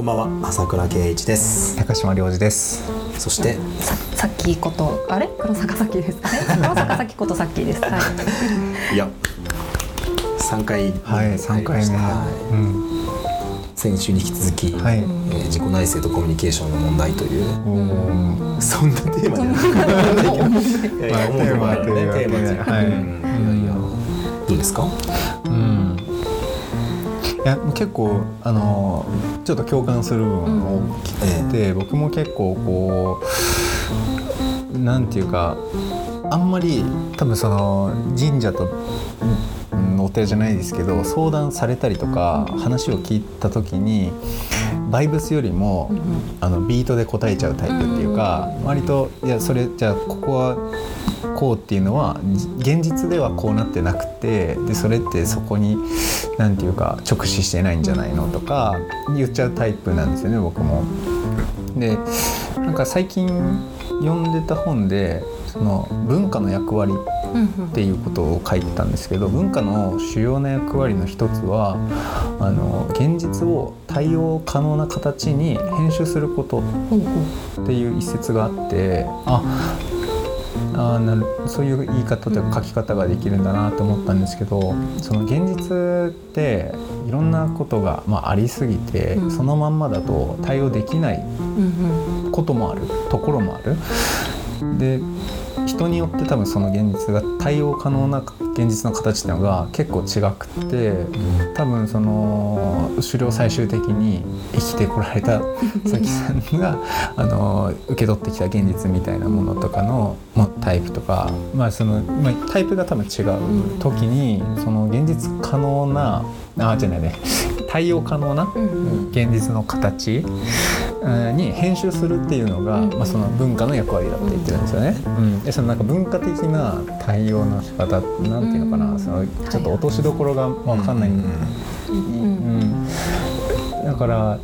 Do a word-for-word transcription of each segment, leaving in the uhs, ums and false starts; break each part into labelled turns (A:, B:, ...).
A: んばんは、朝倉圭一です。
B: 高島良二です。
A: そして
C: ささっきことあれ黒坂さっきですかね。黒坂さっきことさっきです。はい。
A: いやさんかい
B: はいさんかいめ、はいうん、
A: 先週に引き続き、はいえー、自己内省とコミュニケーションの問題という、うん、そんなテーマじゃないいやいや思うとこあるねテーマじゃない、うん、いやいやどうですか？うん
B: いや結構あのちょっと共感する部分が大きくて、うん、僕も結構こうなんていうかあんまり多分その神社とお寺じゃないですけど相談されたりとか話を聞いた時にバイブスよりも、うん、あのビートで答えちゃうタイプっていうか、うん、割といやそれじゃあここはこうっていうのは現実ではこうなってなくてでそれってそこになんていうか直視してないんじゃないのとか言っちゃうタイプなんですよね僕も。でなんか最近読んでた本でその文化の役割っていうことを書いてたんですけど文化の主要な役割の一つはあの現実を対応可能な形に編集することっていう一節があってああなるそういう言い方というか書き方ができるんだなと思ったんですけどその現実っていろんなことが、まあ、ありすぎてそのまんまだと対応できないこともあるところもある。で人によって多分その現実が対応可能な現実の形っていうのが結構違くて多分その狩猟最終的に生きてこられたさきさんがあの受け取ってきた現実みたいなものとかのタイプとか、まあそのまあ、タイプが多分違う時にその現実可能なあじゃないね対応可能な現実の形に編集するっていうのが、まあ、その文化の役割だって言ってるんですよね、うん、でそのなんか文化的な対応の仕方なんていうのかなそのちょっと落としどころが分かんない、うんうんうん、だから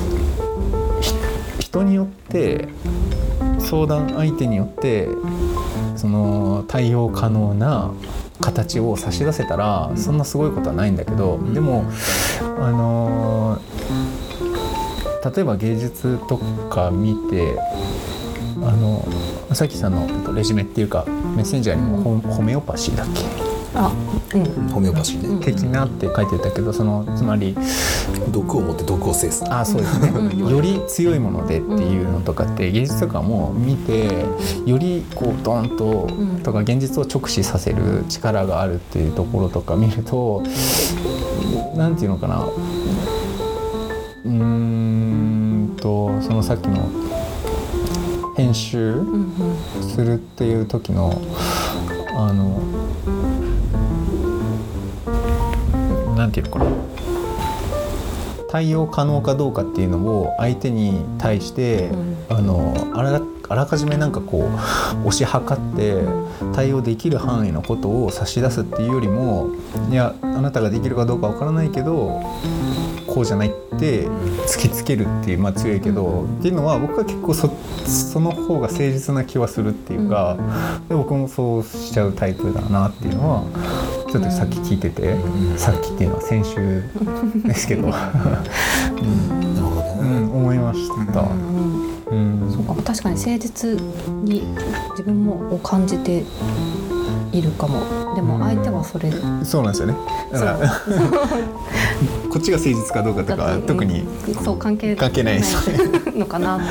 B: 人によって相談相手によってその対応可能な形を差し出せたらそんなすごいことはないんだけどでもあのー、例えば芸術とか見てあのさきさんのレジュメっていうかメッセンジャーにもホメオパシーだっけ
C: あ、うん、
A: ホメオパシーね
B: 的なって書いてたけどそのつまり
A: 毒を持って毒を制す
B: あそうですねより強いものでっていうのとかって芸術とかも見てよりこうドーンととか現実を直視させる力があるっていうところとか見るとなんていうのかなうーんとそのさっきの編集するっていう時のあのなんていうのかな対応可能かどうかっていうのを相手に対して、うん、あのあら、あらかじめなんかこう推し量って対応できる範囲のことを差し出すっていうよりもいやあなたができるかどうかわからないけどこうじゃないって突きつけるっていうまあ強いけどっていうのは僕は結構 そ, その方が誠実な気はするっていうかで僕もそうしちゃうタイプだなっていうのはちょっとさっき聞いてて、うん、さっきっていうのは先週ですけど、うん、思いました、うん
C: うん、そうか確かに誠実に自分も感じているかもでも相手はそれ、うん、
B: そうなんですよねだからこっちが誠実かどうかとか特に
C: そう関係
B: 関係ないです
C: のかな、うん、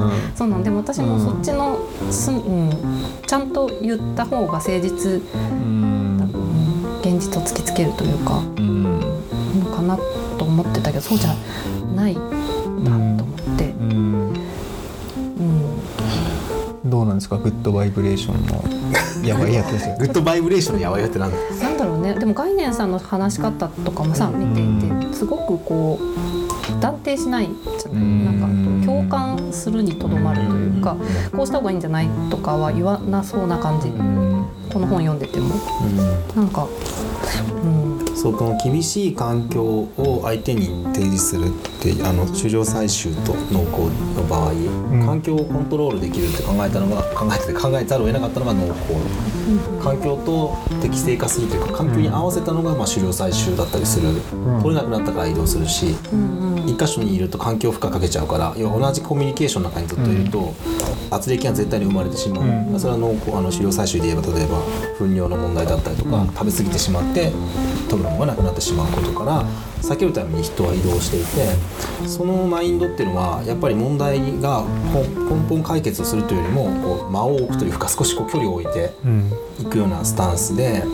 C: そうなんでも私もそっちの、うんうん、ちゃんと言った方が誠実、うん現実を突きつけるというか、うん、のかなと思ってたけどそうじゃないなと思って、うん
B: うん、どうなんですかグッドバイブレーションのやばいやつですよ
A: グッドバイブレーションのやばいやつってなんだ
C: なんだろうねでも概念さんの話し方とかもさ見ていてすごくこう断定しないじゃないなんか共感するにとどまるというかこうした方がいいんじゃないとかは言わなそうな感じこの本読んでても、うん、なんか、
A: うん、そうこの厳しい環境を相手に提示するってあの狩猟採集と農耕の場合、うん、 環境をコントロールできるって考えたのが考えてて考えざるを得なかったのが農耕、うん、環境と適正化するというか環境に合わせたのがまあ狩猟採集だったりする、うん、取れなくなったから移動するし、うんうん、一箇所にいると環境負荷かけちゃうから要は同じコミュニケーションの中にずっといると、うん、圧力が絶対に生まれてしまう、うん、それは農耕あの狩猟採集で言えば例えば糞尿の問題だったりとか、うん、食べ過ぎてしまって取るものがなくなってしまうことから避けるために人は移動していてそのマインドっていうのはやっぱり問題が根本解決をするというよりもこう間を置くというか少しこう距離を置いていくようなスタンスで、うん、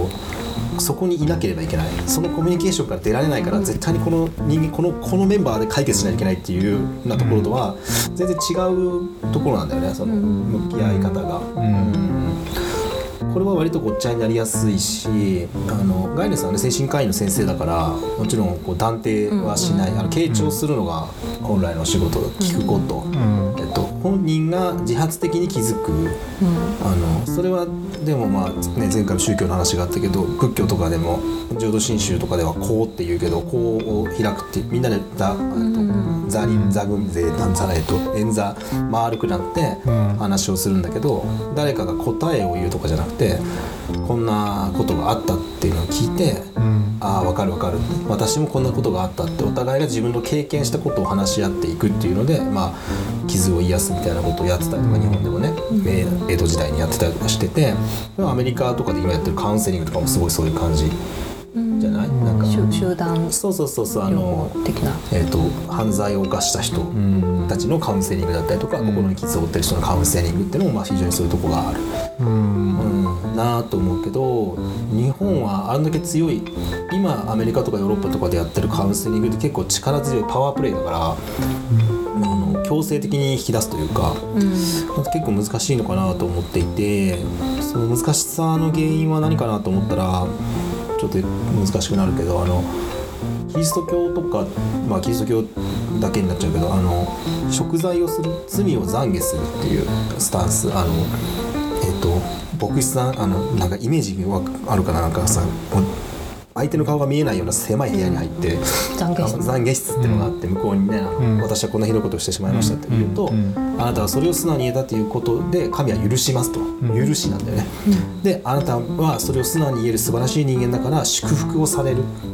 A: とそこにいなければいけないそのコミュニケーションから出られないから絶対にこの人間この、このメンバーで解決しないといけないっていうようなところとは全然違うところなんだよねその向き合い方が。うんこれは割とごっちゃになりやすいしあのガイネスは、ね、精神科医の先生だからもちろんこう断定はしない、うんうん、あの傾聴するのが本来の仕事聞くこと、うんえっと、本人が自発的に気づく、うん、あのそれはでも、まあね、前回の宗教の話があったけど仏教とかでも浄土真宗とかではこうって言うけどこうを開くってみんなで座、うん、座に座組で演座丸くなって話をするんだけど誰かが答えを言うとかじゃなくてこんなことがあったっていうのを聞いて、うん、ああ分かる分かる私もこんなことがあったってお互いが自分の経験したことを話し合っていくっていうので、まあ、傷を癒すみたいなことをやってたりとか日本でもね、うん、江戸時代にやってたりとかしててアメリカとかで今やってるカウンセリングとかもすごいそういう感じじゃない、うん、なんか
C: 集団
A: そうそうそうそうあの的な、えーと、犯罪を犯した人たちのカウンセリングだったりとか、うん、心に傷を負ってる人のカウンセリングっていうのもまあ非常にそういうとこがある、うんうん、なと思うけど日本はあんだけ強い今アメリカとかヨーロッパとかでやってるカウンセリングって結構力強いパワープレイだから、うん、あの強制的に引き出すというか、うん、結構難しいのかなと思っていてその難しさの原因は何かなと思ったらちょっと難しくなるけどあのキリスト教とか、まあ、キリスト教だけになっちゃうけどあの贖罪をする罪を懺悔するっていうスタンスあの、えーと、牧師さんあのなんかイメージがあるかななんかさ相手の顔が見えないような狭い部屋に入って懺悔室懺悔室っていうのがあって向こうにね、うん、私はこんなひどいことをしてしまいましたって言うと、うんうん、あなたはそれを素直に言えたということで神は許しますと、うん、許しなんだよね、うん、であなたはそれを素直に言える素晴らしい人間だから祝福をされる、うん、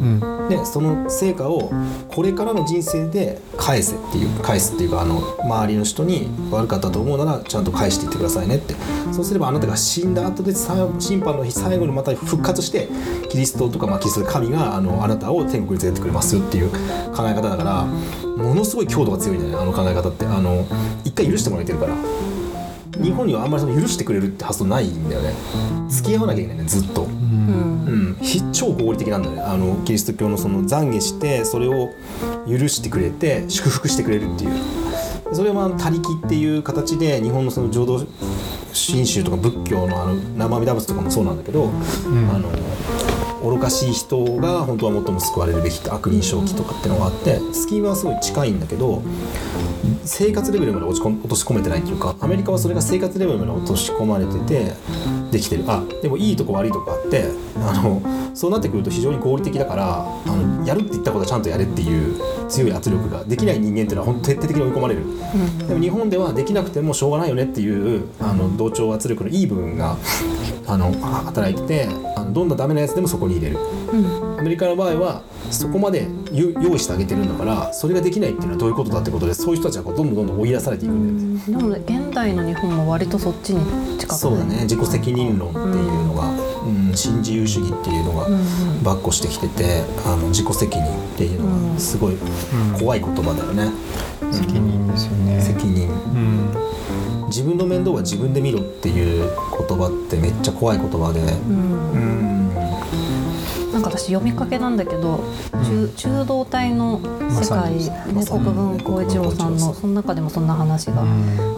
A: でその成果をこれからの人生で返せっていう返すっていうかあの周りの人に悪かったと思うならちゃんと返していってくださいねってそうすればあなたが死んだ後で審判の日最後にまた復活してキリストとかまあ神が あのあなたを天国に連れてくれますよっていう考え方だからものすごい強度が強いんだよねあの考え方ってあの一回許してもらえてるから日本にはあんまりその許してくれるって発想ないんだよね付き合わなきゃいけないねずっと、うんうん、超合理的なんだよねあのキリスト教のその懺悔してそれを許してくれて祝福してくれるっていうそれは他力っていう形で日本のその浄土真宗とか仏教のあの南無阿弥陀仏とかもそうなんだけど、うん、あの愚かしい人が本当は最も救われるべきって悪人正気とかってのがあってスキームはすごい近いんだけど生活レベルまで落ち込落とし込めてないっていうかアメリカはそれが生活レベルまで落とし込まれててできてるあでもいいとこ悪いとこあってあのそうなってくると非常に合理的だからあのやるって言ったことはちゃんとやれっていう強い圧力ができない人間っていうのは本当徹底的に追い込まれる、うん、でも日本ではできなくてもしょうがないよねっていうあの同調圧力のいい部分があの働いててあのどんなダメなやつでもそこに入れる、うん、アメリカの場合はそこまで用意してあげてるんだからそれができないっていうのはどういうことだってことでそういう人たちがこうどんどんどんどん追い出されていくんだよね、
C: うん、でも現代の日本も割とそっちに近く
A: そうだね自己責任論っていうのが、うんうん、新自由主義っていうのがばっこしてきててあの自己責任っていうのがすごい怖い言葉だよね、
B: うん、責任ですよね
A: 責任、うん自分の面倒は自分で見ろっていう言葉ってめっちゃ怖い言葉で、うんうん、
C: なんか私読みかけなんだけど、うん、中, 中道体の世界、ね、国分光一郎さんのその中でもそんな話が、うん、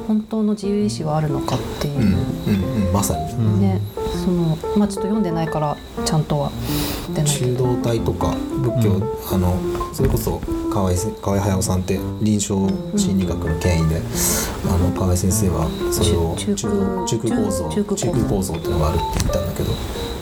C: 本当の自由意志はあるのかっていう、うん
A: うんうん、まさに、
C: ねそのまあ、ちょっと読んでないからちゃんとは出ないけど
A: 中道体とか仏教、うん、あのそれこそ河合隼さんって臨床心理学の権威で、うん、あの河合先生はそれを中空構造中空構造っていうのがあるって言ったんだけど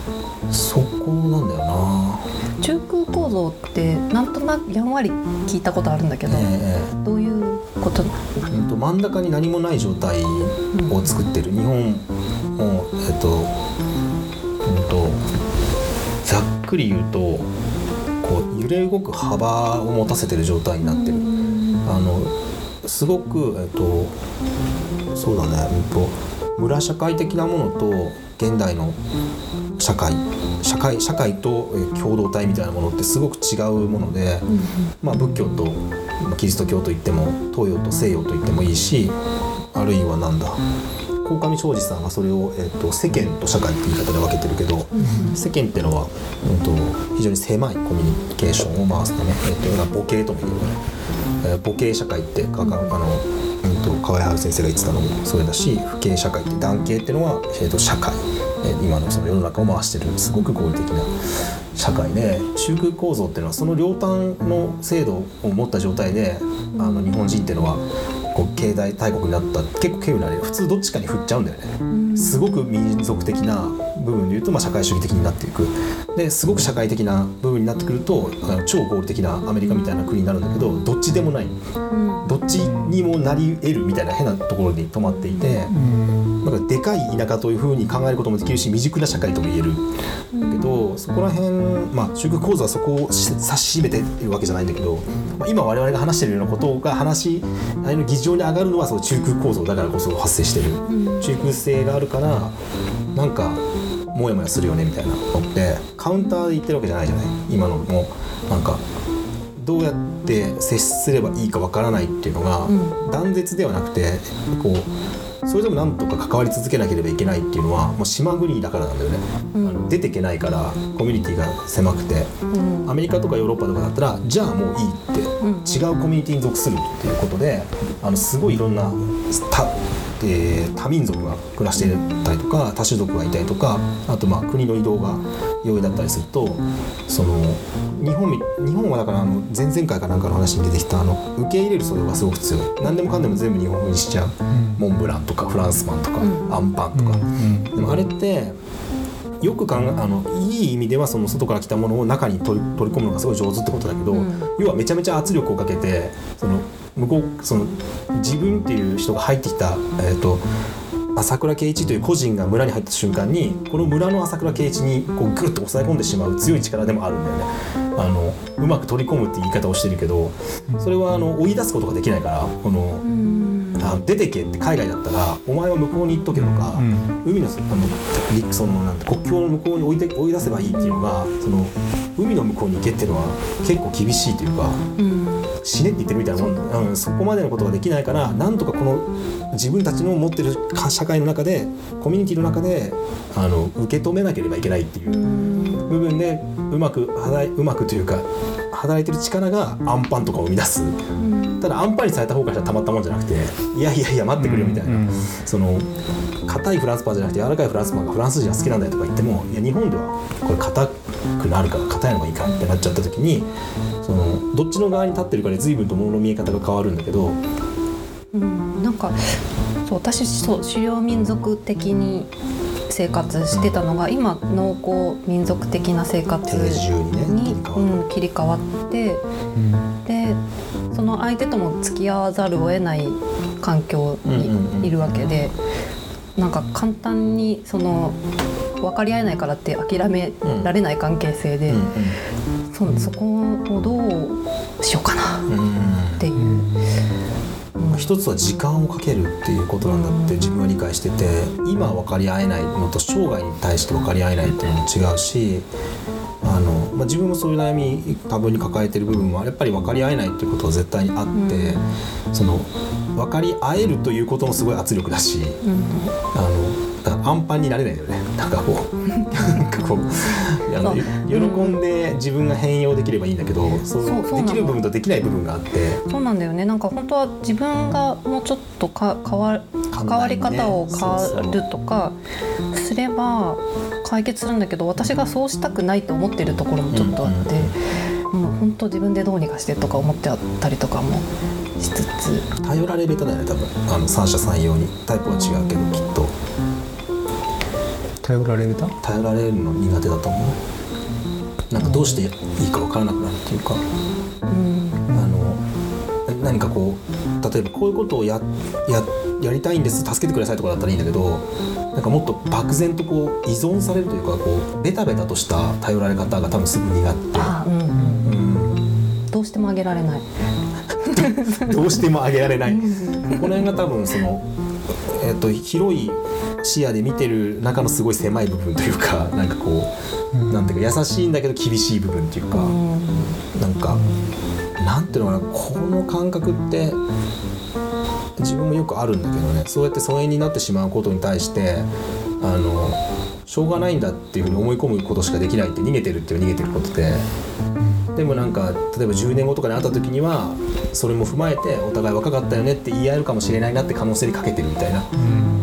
A: そこなんだよな。
C: 中空構造ってなんとなくやんわり聞いたことあるんだけど、えー、どういうこと？
A: うんと真ん中に何もない状態を作ってる、うん、日本もえっと、うんとざっくり言うとこう揺れ動く幅を持たせてる状態になってる。あのすごくえっとそうだね、うんと村社会的なものと現代の社会社会社会と共同体みたいなものってすごく違うもので、うんまあ、仏教とキリスト教といっても東洋と西洋といってもいいし、あるいはなんだ鴻上尚史さんがそれを、えー、と世間と社会って言い方で分けてるけど、うん、世間ってのは、うん、と非常に狭いコミュニケーションを回すため、えー、と母系とも言うよね、えー、母系社会ってかか、うん、あのうんと河合春先生が言ってたのもそれだし、父系社会って男系っていうのは、えー、と社会、えー、今のその世の中を回してるすごく合理的な社会で、中空構造っていうのはその両端の制度を持った状態で、あの日本人っていうのはこう経済大国になった結構稀有な例、普通どっちかに振っちゃうんだよね。すごく民族的な部分でいうと、まあ、社会主義的になっていく。ですごく社会的な部分になってくると超合理的なアメリカみたいな国になるんだけど、どっちでもない、どっちにもなり得るみたいな変なところに止まっていて、なんかでかい田舎というふうに考えることもできるし、未熟な社会とも言えるだけど、そこら辺、まあ、中空構造はそこを指し締めているわけじゃないんだけど、まあ、今我々が話しているようなことが話あの議場に上がるのはその中空構造だからこそ発生している、中空性があるからなんかモヤモヤするよねみたいなのってカウンターで言ってるわけじゃないじゃない。今のもなんかどうやって接すればいいかわからないっていうのが断絶ではなくて、こうそれでもなんとか関わり続けなければいけないっていうのはもう島国だからなんだよね、うん、あの出てけないからコミュニティが狭くて、うん、アメリカとかヨーロッパとかだったらじゃあもういいって、うん、違うコミュニティに属するっていうことで、あのすごいいろんなたえー、多民族が暮らしていたりとか多種族がいたりとか、あとまあ国の移動が容易だったりすると、その日本日本はだからあの前々回かなんかの話に出てきたあの受け入れる素養がすごく強い。何でもかんでも全部日本風にしちゃう、うん、モンブランとかフランスパンとか、うん、アンパンとか、うん、でもあれってよく考えあのいい意味ではその外から来たものを中に取り、取り込むのがすごい上手ってことだけど、うん、要はめちゃめちゃ圧力をかけてその向こうその自分っていう人が入ってきた、えーと、朝倉圭一という個人が村に入った瞬間にこの村の朝倉圭一にこうグッと抑え込んでしまう強い力でもあるんだよね。あのうまく取り込むって言い方をしてるけど、それはあの追い出すことができないから、このあ出てけって海外だったらお前は向こうに行っとけとか、うん、海の、あのそのなんて国境の向こうに追いて追い出せばいいっていうのが、その海の向こうに行けっていうのは結構厳しいというか、うん、死ねって言ってるみたいなもんだ、うん、そこまでのことができないから、なんとかこの自分たちの持ってる社会の中でコミュニティの中であの受け止めなければいけないっていう部分でうまくうまくというか働いてる力がアンパンとかを生み出す。ただアンパンにされた方からしたらたまったもんじゃなくて、いやいやいや待ってくれよみたいな、うん、その硬いフランスパンじゃなくて柔らかいフランスパンがフランス人が好きなんだよとか言っても、いや日本ではこれ硬くなるから硬いのがいいからってなっちゃった時に、そのどっちの側に立ってるかで随分と物の見え方が変わるんだけど、
C: うん、なんかそう私そう狩猟民族的に生活してたのが、うん、今農耕民族的な生活に、ねうん、切り替わって、うん、でその相手とも付き合わざるを得ない環境にいるわけで、なんか簡単にその分かり合えないからって諦められない関係性で、うんうん、そ, そこをどうしようかなっていう、うん
A: 一つは時間をかけるっていうことなんだって自分は理解してて、今分かり合えないのと生涯に対して分かり合えないっていうのも違うし、あの、まあ、自分もそういう悩み多分に抱えてる部分はやっぱり分かり合えないっていうことは絶対にあって、うん、その分かり合えるということもすごい圧力だし、うん、あのだからアンパンになれないよね。なんかこうなんかこうあの喜んで自分が変容できればいいんだけど、うん、そうそうそうできる部分とできない部分があって、
C: そうなんだよね。なんか本当は自分がもうちょっとか変わ関わり方を変わるとかすれば解決するんだけど、私がそうしたくないと思ってるところもちょっとあって、うんうん、もう本当自分でどうにかしてとか思ってあったりとかもしつつ、
A: 頼られる人だよね多分。あの三者三様にタイプは違うけどきっと
B: 頼られた
A: 頼られるの苦手だと思う。なんかどうしていいか分からなくなるっていうか、うん、あの何かこう例えばこういうことを や, や, やりたいんです助けてくださいとかだったらいいんだけど、なんかもっと漠然とこう依存されるというかこうベタベタとした頼られ方が多分すぐ苦手。あ、うんうん
C: うん、どうしてもあげられない
A: どうしてもあげられないこの辺が多分その、えー、と広い視野で見てる中のすごい狭い部分というか、なんかこう、うん、なんていうか優しいんだけど厳しい部分っていうか、うん、なんかなんていうのかな、この感覚って自分もよくあるんだけどね、そうやって疎遠になってしまうことに対してあのしょうがないんだっていうふうに思い込むことしかできないって逃げてるっていう逃げてることで、でもなんか例えばじゅうねんごとかに会った時にはそれも踏まえてお互い若かったよねって言い合えるかもしれないなって可能性にかけてるみたいな、うん、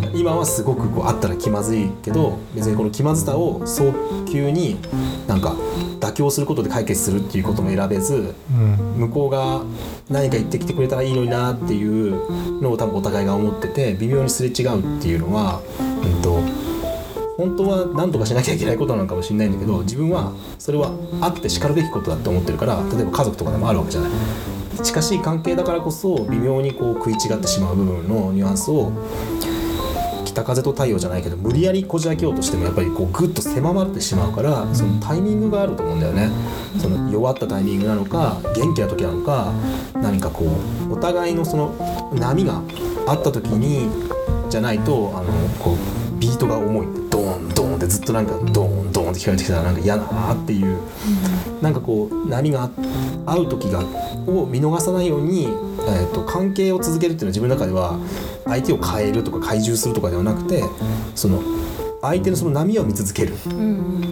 A: 今はすごくこう会ったら気まずいけど別にこの気まずさを早急になんか妥協することで解決するっていうことも選べず、うん、向こうが何か言ってきてくれたらいいのになっていうのを多分お互いが思ってて微妙にすれ違うっていうのは、うんと本当は何とかしなきゃいけないことなのかもしれないんだけど、自分はそれはあってしかるべきことだって思ってるから、例えば家族とかでもあるわけじゃない。近しい関係だからこそ微妙にこう食い違ってしまう部分のニュアンスを北風と太陽じゃないけど無理やりこじ開けようとしてもやっぱりこうグッと狭まってしまうから、そのタイミングがあると思うんだよね。その弱ったタイミングなのか元気な時なのか、何かこうお互いのその波があった時にじゃないとあのこうビートが重いドーンドーンってずっとなんかドーンドーンって聞こえてきたらなんか嫌だなっていう、なんかこう波が合う時がを見逃さないように、えー、と関係を続けるっていうのは自分の中では相手を変えるとか懐柔するとかではなくて、その相手のその波を見続ける、うん、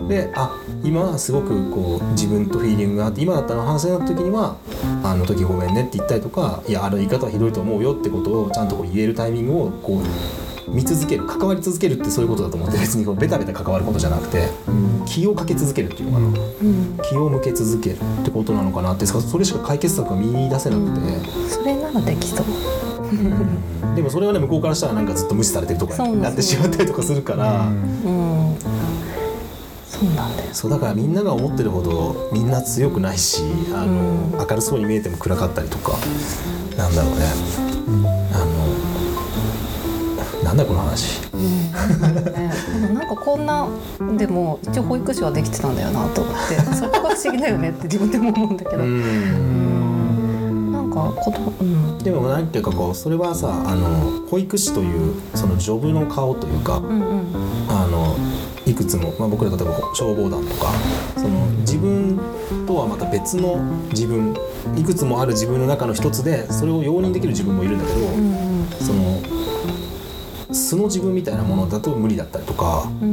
A: であ今はすごくこう自分とフィーリングがあって今だったら話になった時にはあの時ごめんねって言ったりとか、いやあの言い方はひどいと思うよってことをちゃんとこう言えるタイミングをこう見続ける、関わり続けるってそういうことだと思って、別にこうベタベタ関わることじゃなくて、うん、気をかけ続けるっていうのかな、うん、気を向け続けるってことなのかなって、それしか解決策が見出せなくて、
C: うん、それならできそう、
A: うん、でもそれはね向こうからしたらなんかずっと無視されてるとかになってしまったりとかするから、うんうん、
C: そうなんだよ。
A: そうだからみんなが思ってるほどみんな強くないし、あの、うん、明るそうに見えても暗かったりとかなんだろうね、うん、あのなんだこの話、うん
C: ね、なんかこんなでも一応保育士はできてたんだよなと思ってそこが不思議だよねって自分でも思うんだけど、うん、なんかこと、うん、
A: でもなんていうかこうそれはさあの保育士というそのジョブの顔というか、うんうん、あのいくつも、まあ、僕ら例えば消防団とかその自分とはまた別の自分いくつもある自分の中の一つでそれを容認できる自分もいるんだけど、うんうん、その素の自分みたいなものだと無理だったりとか、うん、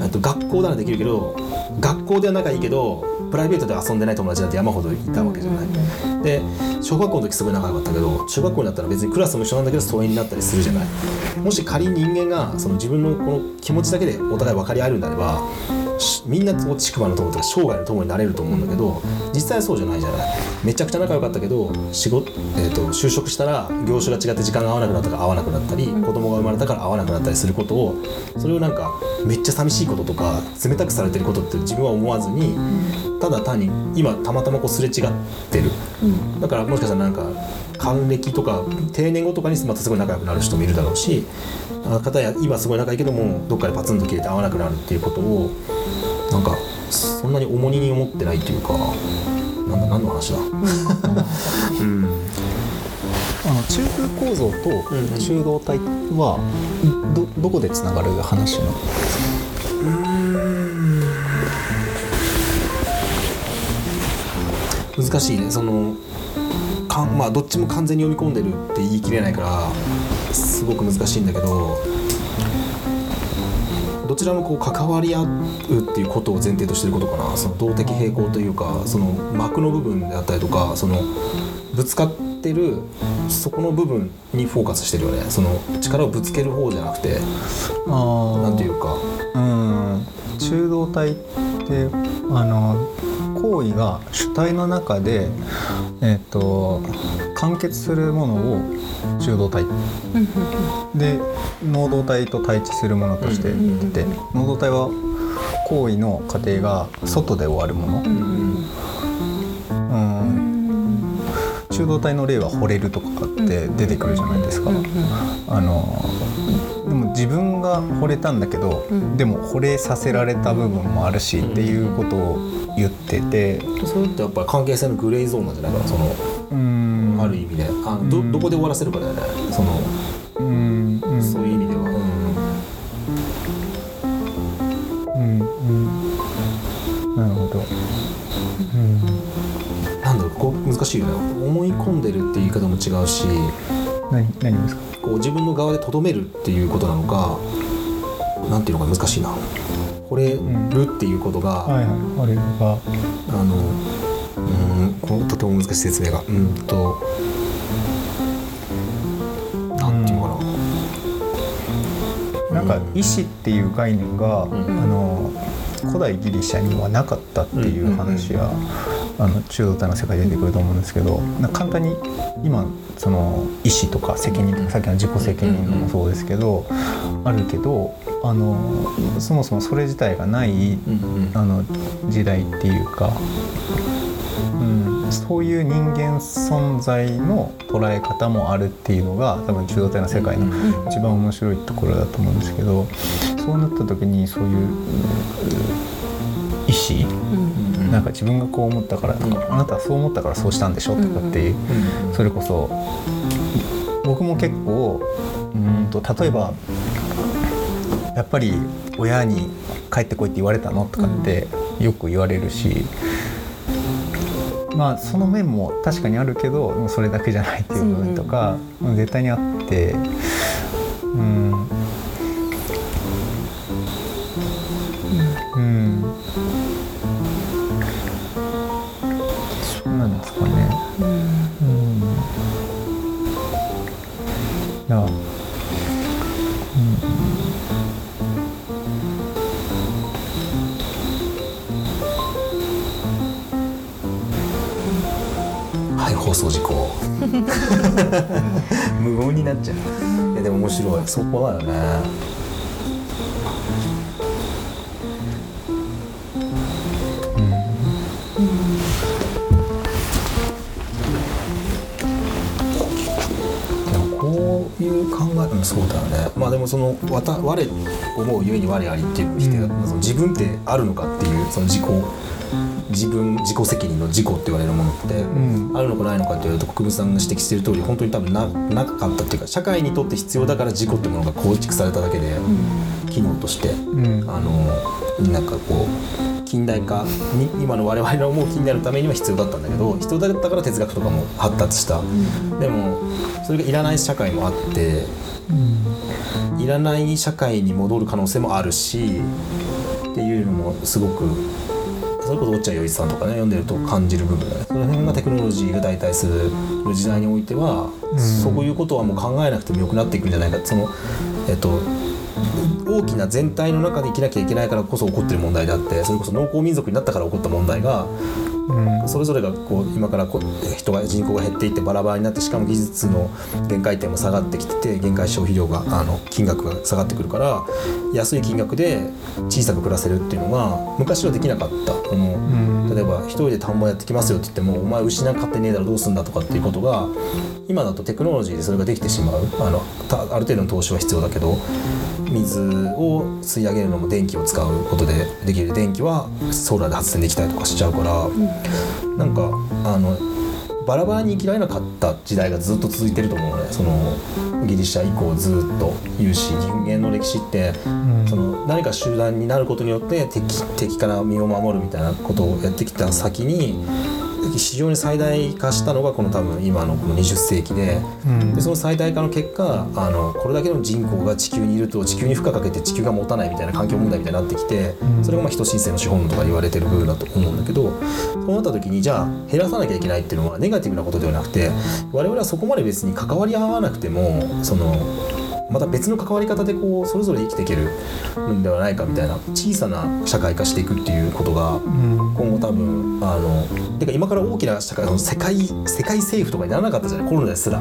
A: あと学校ならできるけど学校では仲いいけどプライベートで遊んでない友達なんて山ほどいたわけじゃない、うん、で小学校の時すごい仲良かったけど中学校になったら別にクラスも一緒なんだけど疎遠になったりするじゃない。もし仮に人間がその自分のこの気持ちだけでお互い分かり合えるんであればみんな竹馬の友とか生涯の友になれると思うんだけど、実際はそうじゃないじゃない。めちゃくちゃ仲良かったけど仕事、えーと、就職したら業種が違って時間が合わなくなったから合わなくなったり、うん、子供が生まれたから合わなくなったりすることをそれをなんかめっちゃ寂しいこととか冷たくされてることって自分は思わずに、ただ単に今たまたまこうすれ違ってる、うん、だからもしかしたらなんか還暦とか定年後とかにまたすごい仲良くなる人もいるだろうし、片や今すごい仲いいけどもどっかでパツンと切れて合わなくなるっていうことをなんかそんなに重荷に思ってないっていうか、なんだ何の話だ、うん、
B: あの中風構造と中導体は ど, どこでつながる話なの？う
A: ーん難しいね。そのかん、まあ、どっちも完全に読み込んでるって言い切れないからすごく難しいんだけど、どちらもこう関わり合うっていうことを前提としてることかな。その動的平衡というかその膜の部分であったりとかそのぶつかってるそこの部分にフォーカスしてるよね。その力をぶつける方じゃなくて、あなんていうか、
B: うん、中導体ってあの行為が主体の中で、えーと、 完結するものを中導体で能動体と対峙するものとして言ってて、能動体は行為の過程が外で終わるもの、うん、中導体の例は惚れるとかって出てくるじゃないですか。あのでも自分が惚れたんだけど、でも惚れさせられた部分もあるしっていうことを言ってて、
A: それってやっぱり関係性のグレーゾーンなんじゃないかな、そのうんある意味であ ど, どこで終わらせるかだよね、そのうんうんそういう意味では。
B: うんうんうんなるほど。うん
A: なんだろう、こう難しいよね。思い込んでるっていう言い方も違うし、
B: 何何ですか。
A: こう自分の側で留めるっていうことなのか、なんていうのか難しいな。惚れるっていうことが、
B: うん、はいはい、惚れるが
A: あのうんこうとても難しい説明がうんとなんていうのか
B: な。なんか意志っていう概念が、うん、あの古代ギリシャにはなかったっていう話や、うん、あの中導体の世界で出てくると思うんですけど、なんか簡単に今その意志とか責任とかさっきの自己責任もそうですけど、うん、あるけどあのそもそもそれ自体がない、うん、あの時代っていうか、うん、そういう人間存在の捉え方もあるっていうのが多分中導体の世界の一番面白いところだと思うんですけど、そうなった時にそういう意志、うん、なんか自分がこう思ったからとか、うん、あなたはそう思ったからそうしたんでしょとかっていう、うん、それこそ僕も結構うんと例えばやっぱり親に帰ってこいって言われたのとかってよく言われるし、まあその面も確かにあるけどそれだけじゃないっていう部分とか、うん、絶対にあって、うん、うん、そうなんですかね。うん、いや、うん
A: 放送事故無言になっちゃう。いやでも面白い、そこだよね。うん、でもこういう考えもそうだよね。まあでもその我思うゆえに我ありっていう否定、うん、その自分ってあるのかっていうその自己自分自己責任の自己って言われるものって、うん、あるのかないのかっていうと国分さんが指摘している通り本当に多分 な, なかったっていうか、社会にとって必要だから自己ってものが構築されただけで、うん、機能として、うん、あのなんかこう近代化に今の我々の思う近代のためには必要だったんだけど、必要だったから哲学とかも発達した、うん、でもそれがいらない社会もあって、うん、いらない社会に戻る可能性もあるしっていうのもすごくそれこそ落合陽一さんとかね読んでると感じる部分だね。その辺がテクノロジーが代替する時代においては、うん、そういうことはもう考えなくてもよくなっていくんじゃないか。その、えっと、大きな全体の中で生きなきゃいけないからこそ起こってる問題であって、それこそ農耕民族になったから起こった問題が、うん、それぞれがこう今からこ人が人口が減っていってバラバラになって、しかも技術の限界点も下がってきてて限界消費量があの金額が下がってくるから安い金額で小さく暮らせるっていうのが昔はできなかった。この、うん、例えば一人で田んぼやってきますよって言ってもお前牛なんか買ってねえだろどうすんだとかっていうことが今だとテクノロジーでそれができてしまう。あのある程度の投資は必要だけど水を吸い上げるのも電気を使うことでできる。電気はソーラーで発電できたりとかしちゃうから、うん、なんかあのバラバラに生きられなかった時代がずっと続いてると思うのね。そのギリシャ以降ずっと言うし、人間の歴史って、うん、その何か集団になることによって 敵, 敵から身を守るみたいなことをやってきた先に非常に最大化したのがこの多分今のこのにじゅっ世紀 で,、うん、でその最大化の結果あのこれだけの人口が地球にいると地球に負荷かけて地球が持たないみたいな環境問題みたいになってきて、うん、それがまあ人申請の資本とか言われてる部分だと思うんだけど、そうなった時にじゃあ減らさなきゃいけないっていうのはネガティブなことではなくて、我々はそこまで別に関わり合わなくてもそのまた別の関わり方でこうそれぞれ生きていけるんではないかみたいな小さな社会化していくっていうことが今後多分あのてか今から大きな社会の世界世界政府とかにならなかったじゃないコロナですら、うん、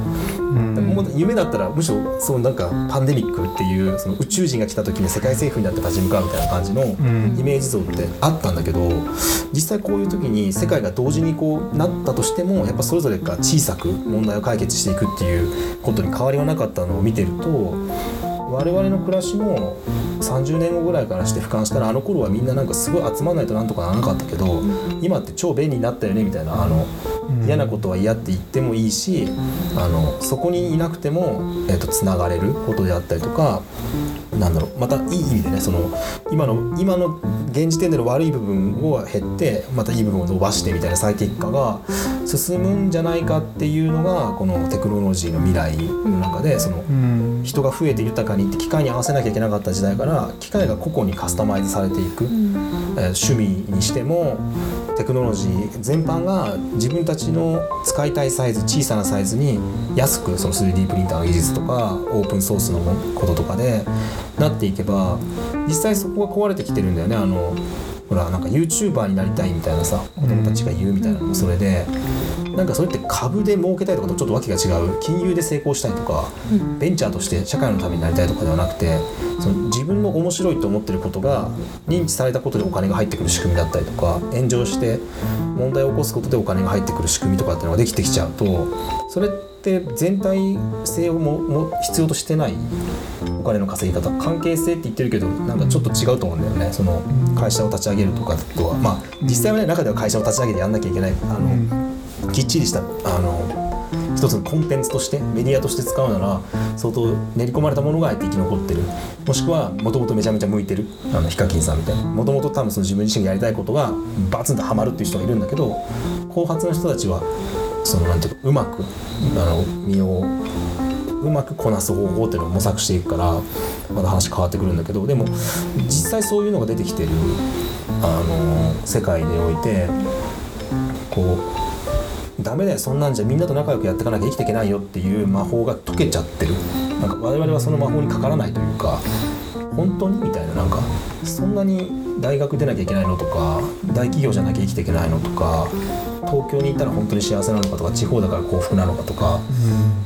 A: もう夢だったらむしろそのなんかパンデミックっていうその宇宙人が来た時に世界政府になって立ち向かうみたいな感じのイメージ像ってあったんだけど、実際こういう時に世界が同時にこうなったとしてもやっぱそれぞれが小さく問題を解決していくっていうことに変わりはなかったのを見てると、我々の暮らしもさんじゅうねんごぐらいからして俯瞰したらあの頃はみんななんかすごい集まらないとなんとかならなかったけど、今って超便利になったよねみたいな、あの嫌なことは嫌って言ってもいいし、あのそこにいなくても、えーと、つながれることであったりとか、なんだろう、またいい意味でね、その今の今の現時点での悪い部分を減ってまたいい部分を伸ばしてみたいな最適化が進むんじゃないかっていうのがこのテクノロジーの未来の中で、その人が増えて豊かにって機械に合わせなきゃいけなかった時代から機械が個々にカスタマイズされていく、えー、趣味にしてもテクノロジー全般が自分たちの使いたいサイズ、小さなサイズに安くその スリーディー プリンターの技術とかオープンソースのこととかでなっていけば、実際そこが壊れてきてるんだよね。あのほらなんか YouTuber になりたいみたいなさ子供たちが言うみたいなのもそれで、なんかそれって株で儲けたいとかとちょっとわけが違う、金融で成功したいとかベンチャーとして社会のためになりたいとかではなくて、その自分の面白いと思ってることが認知されたことでお金が入ってくる仕組みだったりとか、炎上して問題を起こすことでお金が入ってくる仕組みとかっていうのができてきちゃうと、それって全体性をもも必要としてないお金の稼ぎ方、関係性って言ってるけどなんかちょっと違うと思うんだよね。その会社を立ち上げるとかとは、まあ実際はね中では会社を立ち上げてやんなきゃいけない、あのきっちりしたあの一つのコンテンツとしてメディアとして使うなら相当練り込まれたものがあえて生き残ってる、もしくはもともとめちゃめちゃ向いてる、あのヒカキンさんみたいなもともと多分その自分自身がやりたいことがバツンとハマるっていう人がいるんだけど、後発の人たちはそのなんていうかうまくあの身をうまくこなす方法っていうのを模索していくからまた話変わってくるんだけど、でも実際そういうのが出てきてるあの世界においてこうダメだよそんなんじゃみんなと仲良くやっていかなきゃ生きていけないよっていう魔法が解けちゃってる、なんか我々はその魔法にかからないというか、本当にみたいな、なんかそんなに大学出なきゃいけないのとか大企業じゃなきゃ生きていけないのとか東京に行ったら本当に幸せなのかとか地方だから幸福なのかとか、うん、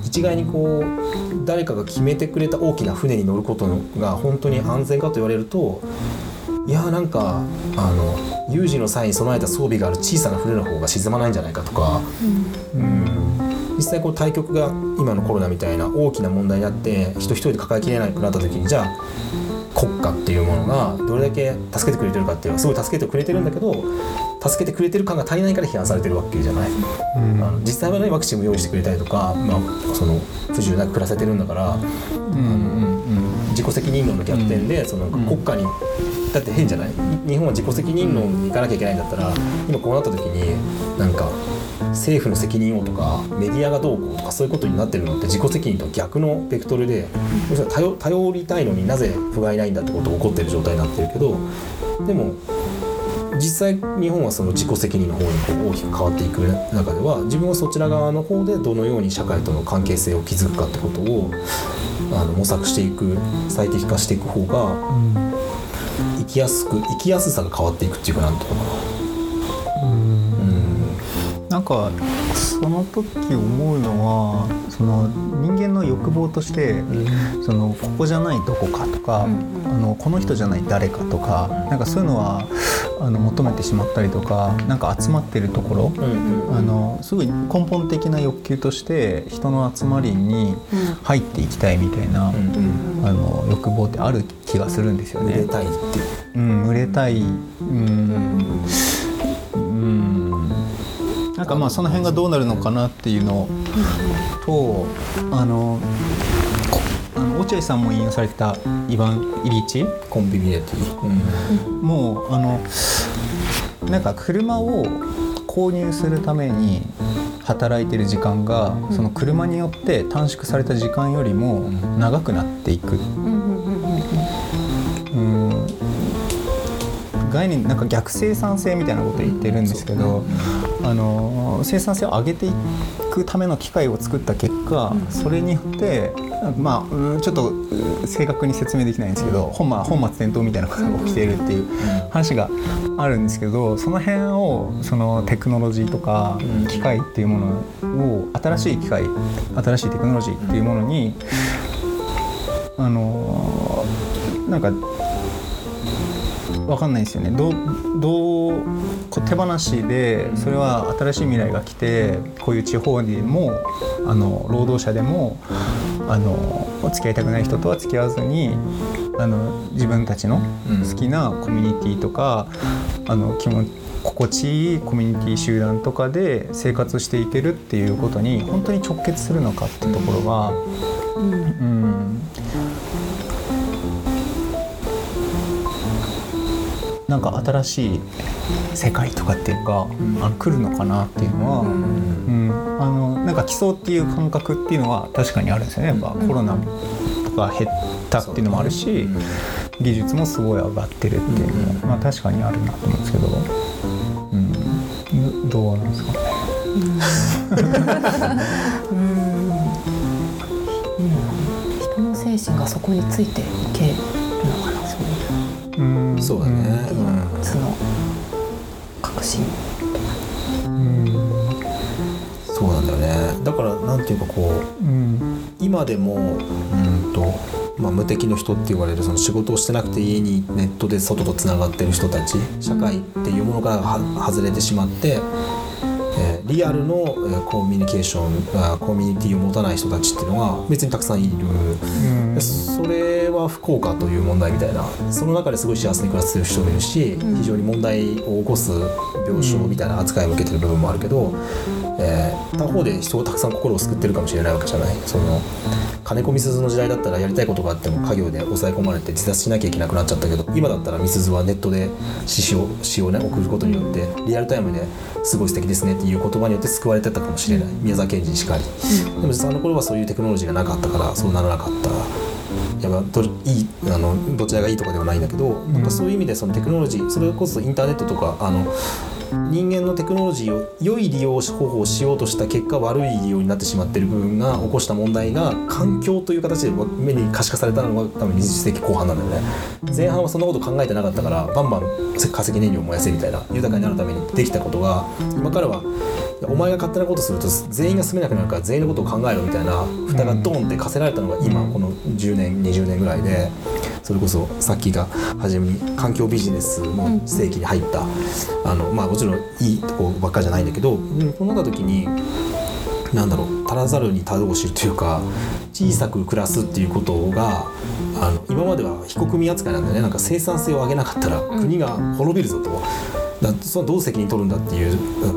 A: 一概にこう誰かが決めてくれた大きな船に乗ることが本当に安全かと言われると、いやなんかあの有事の際に備えた装備がある小さな船の方が沈まないんじゃないかとか、うん、うん実際こう対局が今のコロナみたいな大きな問題になって人一人で抱えきれなくなった時に、じゃあ国家っていうものがどれだけ助けてくれてるかっていうのはすごい助けてくれてるんだけど、助けてくれてる感が足りないから批判されてるわけじゃない、うん、あの実際はねワクチンも用意してくれたりとか、まあ、その不自由なく暮らせてるんだから、うんうんうん、自己責任論の逆転で、うん、その国家にだって変じゃない、日本は自己責任論に行かなきゃいけないんだったら今こうなった時になんか政府の責任をとかメディアがどうこうとかそういうことになってるのって自己責任と逆のベクトルで、むしろ 頼, 頼りたいのになぜ不甲斐ないんだってことが起こってる状態になってるけど、でも実際日本はその自己責任の方にこう大きく変わっていく中では、自分はそちら側の方でどのように社会との関係性を築くかってことをあの模索していく、最適化していく方が生きやすく生きやすさが変わっていくっていうか、なんとかな、
B: なんかその時思うのは、その人間の欲望として、うん、そのここじゃないどこかとか、うん、あのこの人じゃない誰かとか、うん、なんかそういうのはあの求めてしまったりとか、なんか集まってるところ、うんうん、あのすごい根本的な欲求として人の集まりに入っていきたいみたいな、うん、あの欲望ってある気がするんですよね。
A: 売れたいって、
B: うん、売れたい、うんなんかまあその辺がどうなるのかなっていうのと、あのあの落合さんも引用されてたイヴァン・イリーチ
A: コンビニエティ、
B: うん、もうあのなんか車を購入するために働いてる時間がその車によって短縮された時間よりも長くなっていく、うん概念なんか逆生産性みたいなことを言ってるんですけど、あの生産性を上げていくための機械を作った結果、それによってまあちょっと正確に説明できないんですけど、本末転倒みたいなことが起きているっていう話があるんですけど、その辺をそのテクノロジーとか機械っていうものを新しい機械新しいテクノロジーっていうものにあのなんか分かんないですよね。どうどう手放しでそれは新しい未来が来て、こういう地方にもあの労働者でもあの付き合いたくない人とは付き合わずにあの自分たちの好きなコミュニティとか、うん、あの気持ち心地いいコミュニティ集団とかで生活していけるっていうことに本当に直結するのかっていうところが、うんうんなんか新しい世界とかっていうか、うん、あの来るのかなっていうのは、うんうん、あのなんか来そうっていう感覚っていうのは確かにあるんですよね。やっぱコロナとか減ったっていうのもあるし、うん、技術もすごい上がってるっていうのも、まあ、確かにあるなと思うんですけど、うん、どうなんですかね。
C: うんうん、人の精神がそこについていけるのかな。そういう
A: うん、そうだね。
C: その確信。
A: うん、そうなんだよね。だからなんていうかこう、うん、今でもうんと、まあ、無敵の人って言われるその仕事をしてなくて家にネットで外とつながってる人たち、社会っていうものからは外れてしまって。えー、リアルの、えー、コミュニケーションコミュニティを持たない人たちっていうのが別にたくさんいる、うん、それは不幸かという問題みたいな、その中ですごい幸せに暮らしてる人もいるし、うん、非常に問題を起こす病床みたいな扱いを受けてる部分もあるけど、えー、他方で人をたくさん心を救ってるかもしれないわけじゃない。その金子みすずの時代だったらやりたいことがあっても家業で抑え込まれて自殺しなきゃいけなくなっちゃったけど、今だったらみすずはネットで詩詞を詩をね送ることによってリアルタイムですごい素敵ですねっていう言葉によって救われてたかもしれない。宮沢賢治にしかり、うん、でも実はあの頃はそういうテクノロジーがなかったからそうならなかった。いやど, いいあのどちらがいいとかではないんだけど、なんかそういう意味でそのテクノロジー、それこそインターネットとかあの人間のテクノロジーを良い利用方法をしようとした結果悪い利用になってしまっている部分が起こした問題が環境という形で目に可視化されたのが多分にじゅっせいきこう半なんだよね。前半はそんなこと考えてなかったからバンバン化石燃料を燃やせみたいな豊かになるためにできたことが、今からはお前が勝手なことすると全員が住めなくなるから全員のことを考えろみたいな蓋がドーンって課せられたのが今このじゅうねんにじゅうねんぐらいで、それこそさっきが初めに環境ビジネスの世紀に入った、あのまあもちろんいいとこばっかりじゃないんだけど、こうなった時になんだろう、足らざるに足ろうしというか小さく暮らすっていうことがあの今までは非国民扱いなんだよね。なんか生産性を上げなかったら国が滅びるぞと。だそのどう責任取るんだっていう、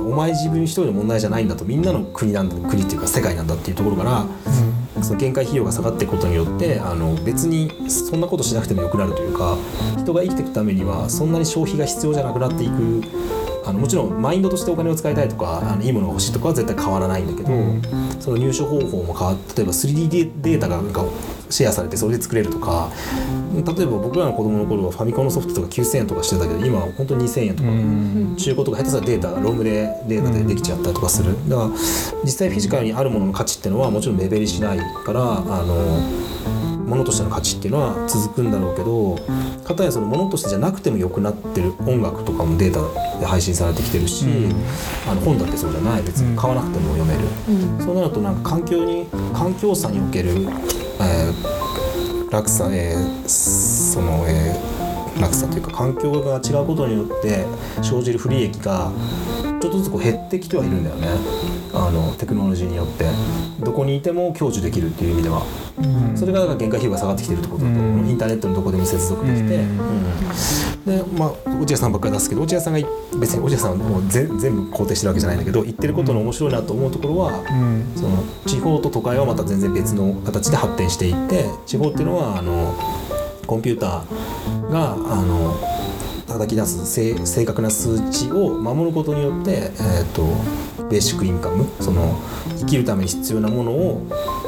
A: お前自分一人の問題じゃないんだと、みんなの国なんだ、国っていうか世界なんだっていうところから、うん、その限界費用が下がっていくことによってあの別にそんなことしなくてもよくなるというか、人が生きていくためにはそんなに消費が必要じゃなくなっていく。あのもちろんマインドとしてお金を使いたいとかあのいいものが欲しいとかは絶対変わらないんだけど、うん、その入手方法も変わって、例えば スリーディー データがなんかシェアされてそれで作れるとか、例えば僕らの子供の頃はファミコンのソフトとかきゅうせんえんとかしてたけど今は本当ににせんえんとか、うん、中古とか下手したらデータロムでデータでできちゃったりとかする。だから実際フィジカルにあるものの価値っていうのはもちろん目減りしないから、あの物としての価値っていうのは続くんだろうけど、かたやその物としてじゃなくても良くなってる音楽とかもデータで配信されてきてるし、うん、あの本だってそうじゃない、別に買わなくても読める、うん、そうなるとなんか環境に環境差における、えー、落差、えー、その、えー、落差というか環境が違うことによって生じる不利益がちょっとずつこう減ってきてはいるんだよね。あのテクノロジーによってどこにいても享受できるっていう意味では、うん、それがだから限界費用が下がってきてるってことだと、うん、インターネットのどこでも接続できて、うんうん、でまあ落合さんばっかり出すけど、落合さんが別に落合さんはもう全部肯定してるわけじゃないんだけど、言ってることの面白いなと思うところは、うん、その地方と都会はまた全然別の形で発展していって、地方っていうのはあのコンピューターがあの叩き出す 正, 正確な数値を守ることによって、えーと、ベーシックインカム、その生きるために必要なものを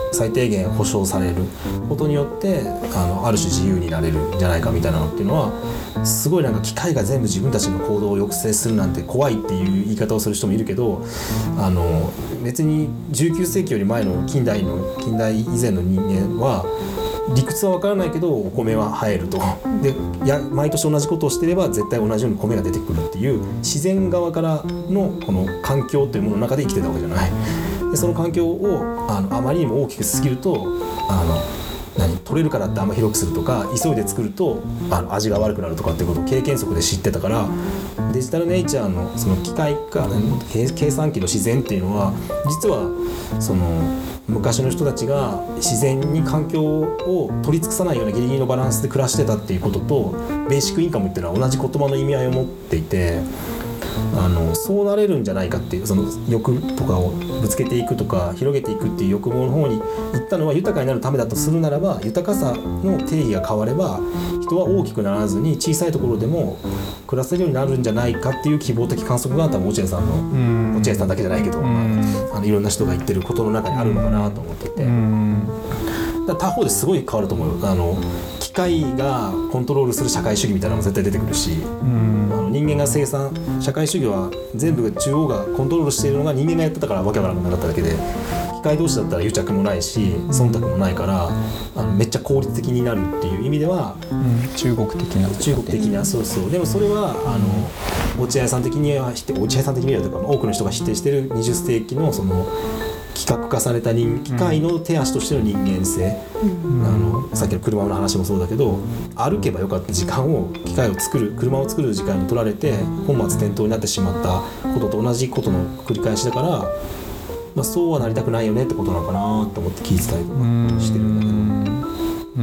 A: 最低限保障されることによってあのある種自由になれるんじゃないかみたいなのっていうのはすごいなんか機械が全部自分たちの行動を抑制するなんて怖いっていう言い方をする人もいるけど、あの別にじゅうきゅう世紀より前の近代の近代以前の人間は理屈は分からないけどお米は生えると、でや毎年同じことをしてれば絶対同じように米が出てくるっていう自然側からのこの環境というものの中で生きてたわけじゃない。でその環境を あのあまりにも大きくしすぎるとあの何取れるからってあんま広くするとか急いで作るとあの味が悪くなるとかっていうことを経験則で知ってたから、デジタルネイチャーのその機械化計算機の自然っていうのは実はその昔の人たちが自然に環境を取り尽くさないようなギリギリのバランスで暮らしてたっていうこととベーシックインカムっていうのは同じ言葉の意味合いを持っていて、あのそうなれるんじゃないかっていうその欲とかをぶつけていくとか広げていくっていう欲望の方に行ったのは豊かになるためだとするならば、豊かさの定義が変われば人は大きくならずに小さいところでも暮らせるようになるんじゃないかっていう希望的観測が多分落合さんの落合さんだけじゃないけど、まあ、あのいろんな人が言ってることの中にあるのかなと思っていて、だ他方ですごい変わると思うよ。あの機械がコントロールする社会主義みたいなのも絶対出てくるし、あの人間が生産社会主義は全部中央がコントロールしているのが人間がやってたからわけわからなくなっただけで、機械同士だったら癒着もないし忖度もないからあのめっちゃ効率的になるっていう意味では、
B: うん、中国的な
A: 中国的なそうそう。でもそれはあの落合さん的には落合さん的にはというか多くの人が否定しているにじゅっ世紀のその規格化された人機械の手足としての人間性、うん、あのさっきの車の話もそうだけど歩けばよかった時間を機械を作る車を作る時間に取られて本末転倒になってしまったことと同じことの繰り返しだから、まあ、そうはなりたくないよねってことなのかなと思って聞いてたりとかしてるんだけど、うん、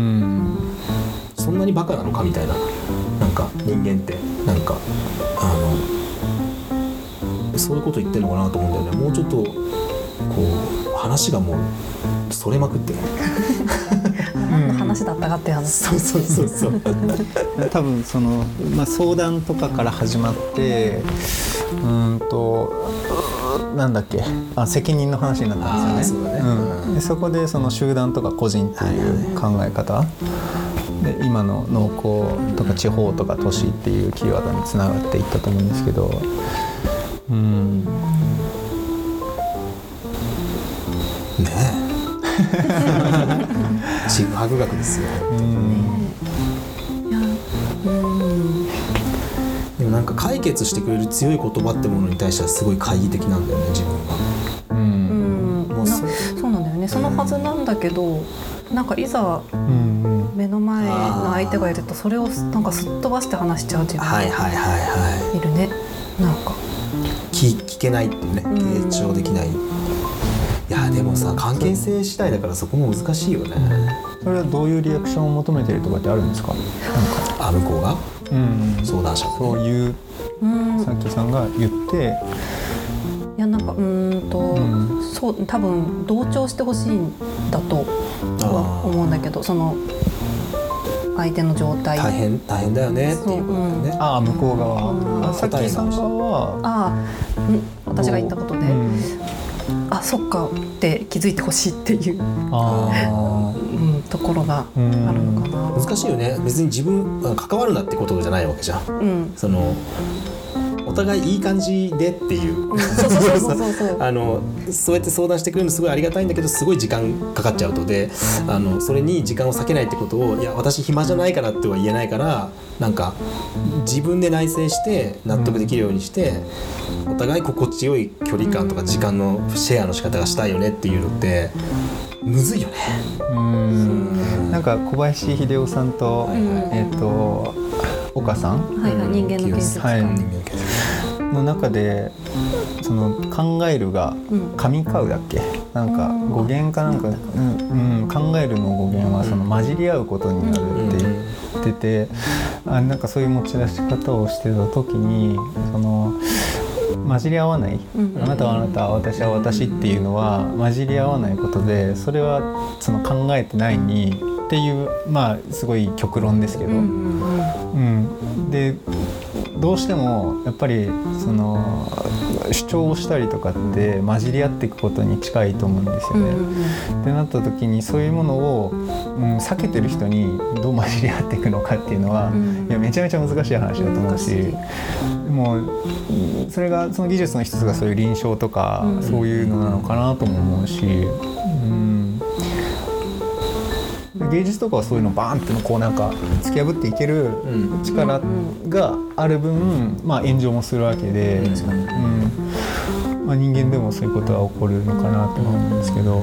A: そんなにバカなのかみたいな、なんか人間ってなんかあのそういうこと言ってるのかなと思うんだよね。もうちょっとこう話がもうそれまくってる
C: 何の話だったかっていう話、
A: そうそうそうそう
B: 多分その、まあ、相談とかから始まってうんとなんだっけあ責任の話になったんですよね。 そうだね、うん、でそこでその集団とか個人っていう考え方で今の農耕とか地方とか都市っていうキーワードにつながっていったと思うんですけど、うん
A: ねえちぐはぐ学ですよ。うんいやうんでもなんか解決してくれる強い言葉ってものに対してはすごい懐疑的なんだよね自分は。うん、
C: もう そ, そうなんだよね。そのはずなんだけど、うん、なんかいざ目の前の相手がいるとそれをなんかすっ飛ばして話しちゃう自分がいるね。はいはいはいはい、なんか
A: 聞, 聞けないっていうね、傾聴できない。いやでもさ関係性次第だからそこも難しいよね。
B: それはどういうリアクションを求めてるとかってあるんですか？なんか
A: あ向こうが、うん、相談者、ね、
B: そういうサンキューさんが言って
C: いやなんかうーんと、うん、そう多分同調してほしいんだとは思うんだけど、その相手の状態
A: 大変大変だよねっていうことだよね。
B: うん、ああ向こう側、うん、サンキューさん側は
C: ああ、うん、私が言ったことで、うん、あそっかって気づいてほしいっていうあ、うん、ところがあるのかな。
A: 難しいよね。別に自分関わるなってことじゃないわけじゃん、うん、そのお互いいい感じでっていう、うん、そうそうそうそうそうあのそうやって相談してくれるのすごいありがたいんだけどすごい時間かかっちゃうとで、あのそれに時間を割けないってことをいや私暇じゃないからっては言えないから、なんか自分で内省して納得できるようにして、うん、お互い心地よい距離感とか時間のシェアの仕方がしたいよねっていうのってむずいよね。
B: うん、なんか小林秀夫さんと、はいはい、えーと岡さん、
C: はいはい、人間の建設家、はい、
B: の中でその考えるが神買うだっけ、なんか語源かなんか、うんうん、考えるの語源はその混じり合うことになるって言ってて、あなんかそういう持ち出し方をしてた時にその混じり合わない、あなたはあなた私は私っていうのは混じり合わないことで、それはその考えてないにっていう、まあすごい極論ですけど、うんうん、でどうしてもやっぱりその主張をしたりとかって混じり合っていくことに近いと思うんですよね。うんうん、ってなった時にそういうものを、うん、避けてる人にどう混じり合っていくのかっていうのは、うん、いやめちゃめちゃ難しい話だと思うし、もうそれがその技術の一つがそういう臨床とか、うん、そういうのなのかなとも思うし、うん芸術とかはそういうのバーンってこうなんか突き破っていける力がある分、まあ、炎上もするわけで、うんまあ、人間でもそういうことは起こるのかなと思うんですけど、うん、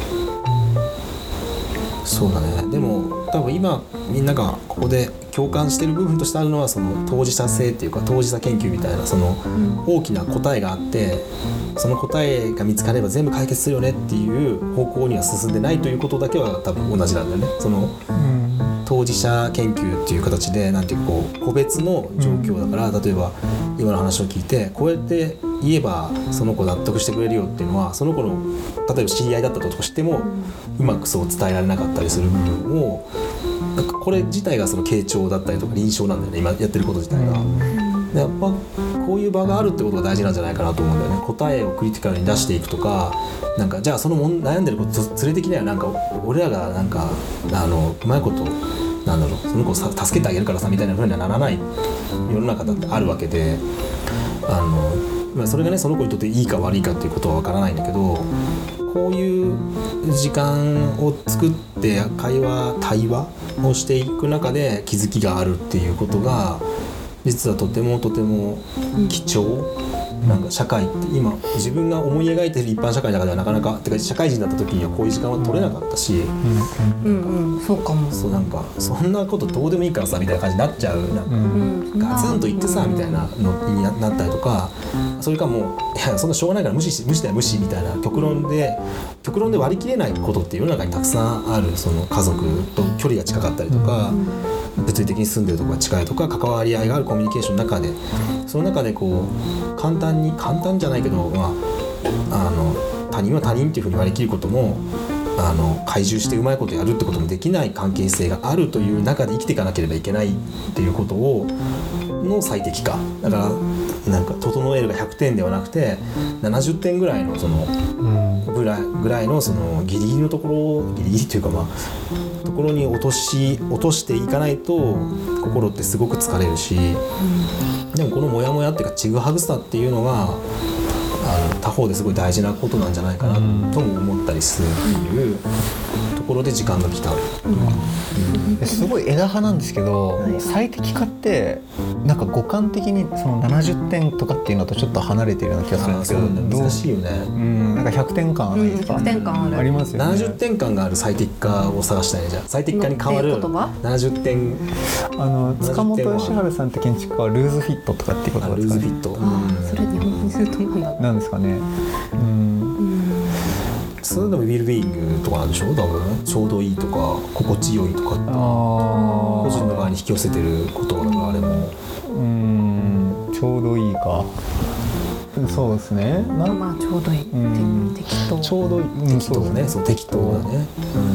A: そうだね。でも多分今みんながここで共感してる部分としてあるのはその当事者性っていうか当事者研究みたいなその大きな答えがあってその答えが見つかれば全部解決するよねっていう方向には進んでないということだけは多分同じなんだよね。その当事者研究っていう形でなんていうかこう個別の状況だから例えば今の話を聞いてこうやって言えばその子納得してくれるよっていうのはその子の例えば知り合いだったとしてもうまくそう伝えられなかったりする部分をなんかこれ自体がその傾聴だったりとか臨床なんだよね今やってること自体が。でやっぱこういう場があるってことが大事なんじゃないかなと思うんだよね。答えをクリティカルに出していくとかなんかじゃあその悩んでること連れてきなよなんか俺らがなんかあのうまいことなんだろうその子を助けてあげるからさみたいな風にはならない世の中だってあるわけであのそれがねその子にとっていいか悪いかっていうことは分からないんだけどこういう時間を作って会話対話をしていく中で気づきがあるっていうことが実はとてもとても貴重なんか社会って今自分が思い描いている一般社会の中ではなかなかてか社会人だった時にはこういう時間は取れなかったし、
C: うんうん、そうかも
A: そうなんかそんなことどうでもいいからさみたいな感じになっちゃうなんかガツンと言ってさみたいなのになったりとかそれかもういやそんなしょうがないから無視し無視だよ無視みたいな極論で極論で割り切れないことって世の中にたくさんあるその家族と距離が近かったりとか物理的に住んでるところが近いとか関わり合いがあるコミュニケーションの中でその中でこう簡単に簡単じゃないけど、まあ、あの他人は他人っていうふうに割り切ることもあの懐柔してうまいことやるってこともできない関係性があるという中で生きていかなければいけないっていうことをの最適化だからなんか整えるがひゃくてんではなくてななじゅってんぐらいのそのぐらいぐらいのそのギリギリのところギリギリというかまあところに落とし落としていかないと心ってすごく疲れるし、でもこのモヤモヤっていうかちぐはぐさっていうのがあの他方ですごい大事なことなんじゃないかなとも思ったりするっていうところで時間が来た、
B: うんうん、すごい枝葉なんですけど、はい、最適化ってなんか五感的にそのななじゅってんとかっていうのとちょっと離れているような気がするんですけど、
A: ね、難しいよね、
B: うん、なんかひゃくてん感あるんですか、
C: うん、ひゃくてん感ある
B: ありますよね。
A: ななじゅってん感がある最適化を探したいね。じゃあ最適化に変わるななじゅってん
B: あの塚本義治さんって建築家はルーズフィットとかっていうことですかね。
A: ルーズフィット、
C: ああそれ日本語にするとなんだ
B: なんですかね、うん
A: それでもウィルビーイングとかなんでしょう多分ちょうどいいとか心地よいとかって個人の側に引き寄せてることだからあれも
B: うんちょうどいいかそうですね
C: まあまあちょうどいい適当
B: ちょうどいい、うん、
A: 適当ねそう適当だね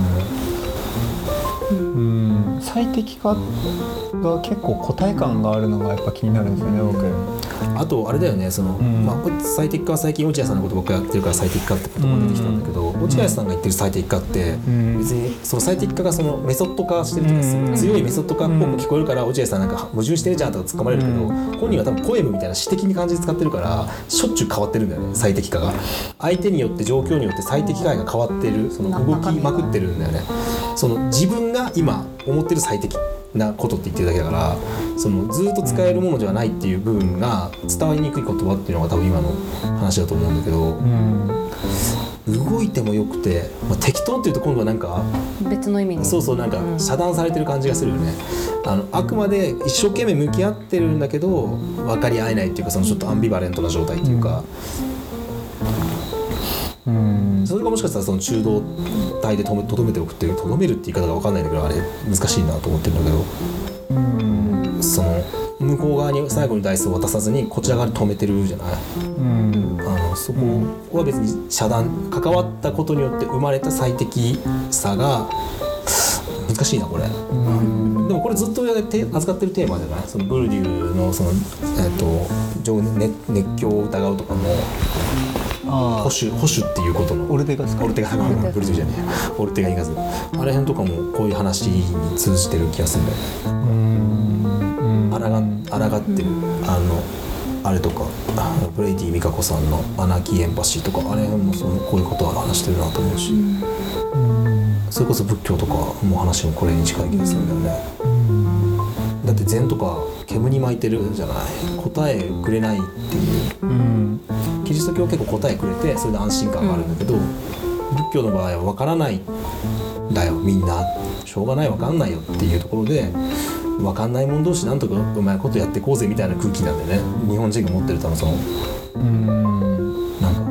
B: うん、うん、最適化が結構答え感があるのがやっぱ気になるんですよね僕。
A: あとあれだよねその、うんまあ、最適化は最近落合さんのこと僕がやってるから最適化って言葉が出てきたんだけど、うん、落合さんが言ってる最適化って別にその最適化がそのメソッド化してるとか、うん、強いメソッド化っぽく聞こえるから落合さんなんか矛盾してるじゃんとか突っ込まれるけど、うん、本人は多分ポエムみたいな詩的に感じで使ってるからしょっちゅう変わってるんだよね最適化が相手によって状況によって最適化が変わってるその動きまくってるんだよね。その自分が今思ってる最適なことって言ってるだけだからそのずっと使えるものではないっていう部分が伝わりにくい言葉っていうのが多分今の話だと思うんだけど、うん、動いてもよくて、まあ、適当っていうと今度はなんか
C: 別の意味に
A: そうそうなんか遮断されてる感じがするよね。あのあくまで一生懸命向き合ってるんだけど分かり合えないっていうかそのちょっとアンビバレントな状態っていうか、うん、それがもしかしたらその中道体でとめ、とどめておくっていうとどめるって言い方が分かんないんだけどあれ難しいなと思ってるんだけど、うん、その向こう側に最後にダイスを渡さずにこちら側に止めてるじゃない、うん、あのそこは別に遮断関わったことによって生まれた最適さが難しいなこれ、うん、でもこれずっと扱ってるテーマじゃない。そのブルデューのその、えー、と情熱、熱狂を疑うとかも保守、保守っていうことの
B: オルテガですか。
A: オルテガブルデューじゃねえオルテガいかずあれ辺とかもこういう話に通じてる気がするんだよね。うんあらが、あらがってるあのあれとかブレイディ・ミカコさんのアナーキー・エンパシーとかあれもそのこういうことを話してるなと思うし、うん、それこそ仏教とかも話もこれに近い気がするんだよね、うん、だって禅とか煙に巻いてるじゃない。答えくれないっていう、うん、キリスト教は結構答えくれてそれで安心感があるんだけど、うん、仏教の場合は分からないんだよみんなしょうがない分かんないよっていうところで分かんない者同士なんとかうまいことやってこうぜみたいな空気なんでね日本人が持ってる多分そのうーんなんか、うん、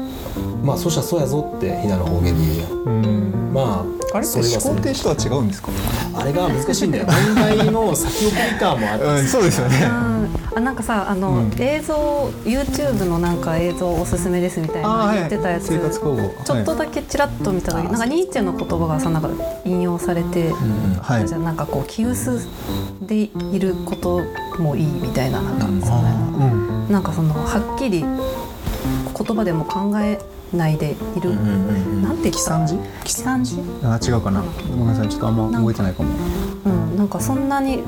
A: まあそしたらそうやぞって飛騨の方言で言うじゃん。うんまあ
B: あれって思考停止とは違うんですか。
A: あれが難しいんだよ問題の先送り感もあって、
B: うん、そうですよね。
C: あなんかさあの、うん、映像 YouTube のなんか映像おすすめですみたいな言ってたやつ、
B: はい、生活工房
C: ちょっとだけちらっと見た時、はい、なんかニーチェの言葉がさなんか引用されて、うんはい、じゃなんかこう気薄でいることもいいみたいななんか、うんうん、なんかそのはっきり言葉でも考えないでいる、うんうんうん、なんて
B: きさんじ
C: きさんじ
B: あ違うかな、ごめんなさいちょっとあんま覚えてないかも。
C: うん、なんかそんなに、うん、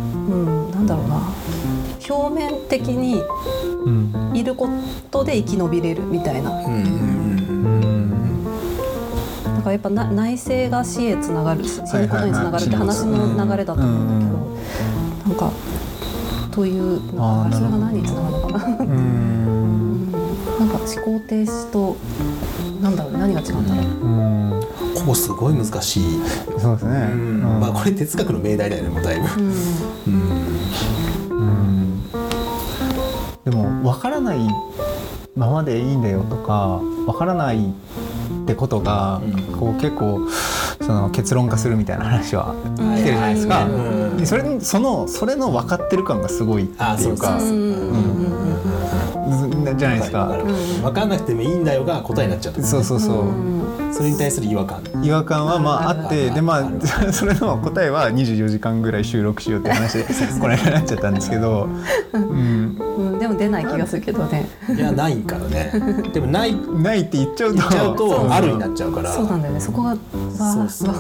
C: なんだろうな表面的にいることで生き延びれるみたいな、うんうんうん、だからやっぱな内政が死へつながる死ぬことにつながるって話の流れだと思うんだけど、うんうん、なんかというなんかそれが何につながるのかなうんなんか思考停止となんだろう何が違うんだろう、うん
A: ここすごい難しい。
B: そうですね、うん
A: まあ、これ哲学の命題だよねもうだいぶ、うんうん
B: うん、でも分からないままでいいんだよとか分からないってことが、うん、こう結構その結論化するみたいな話は来てるじゃないですか、うん、それそのそれの分かってる感がすごいっていうかじゃないですか。
A: 分かんなくてもいいんだよが答えになっちゃった、ね、
B: そうそうそう、
A: それに対する違和感
B: 違和感はまああってでまあそれの答えはにじゅうよじかんぐらい収録しようって話でこれになっちゃったんですけど、
C: うんうん、でも出ない気がするけどね。
A: いやないからね。でもない
B: ないって言っちゃうと
A: 言っちゃうとあるになっちゃうから。
C: そうなんだよね。そこがそうそう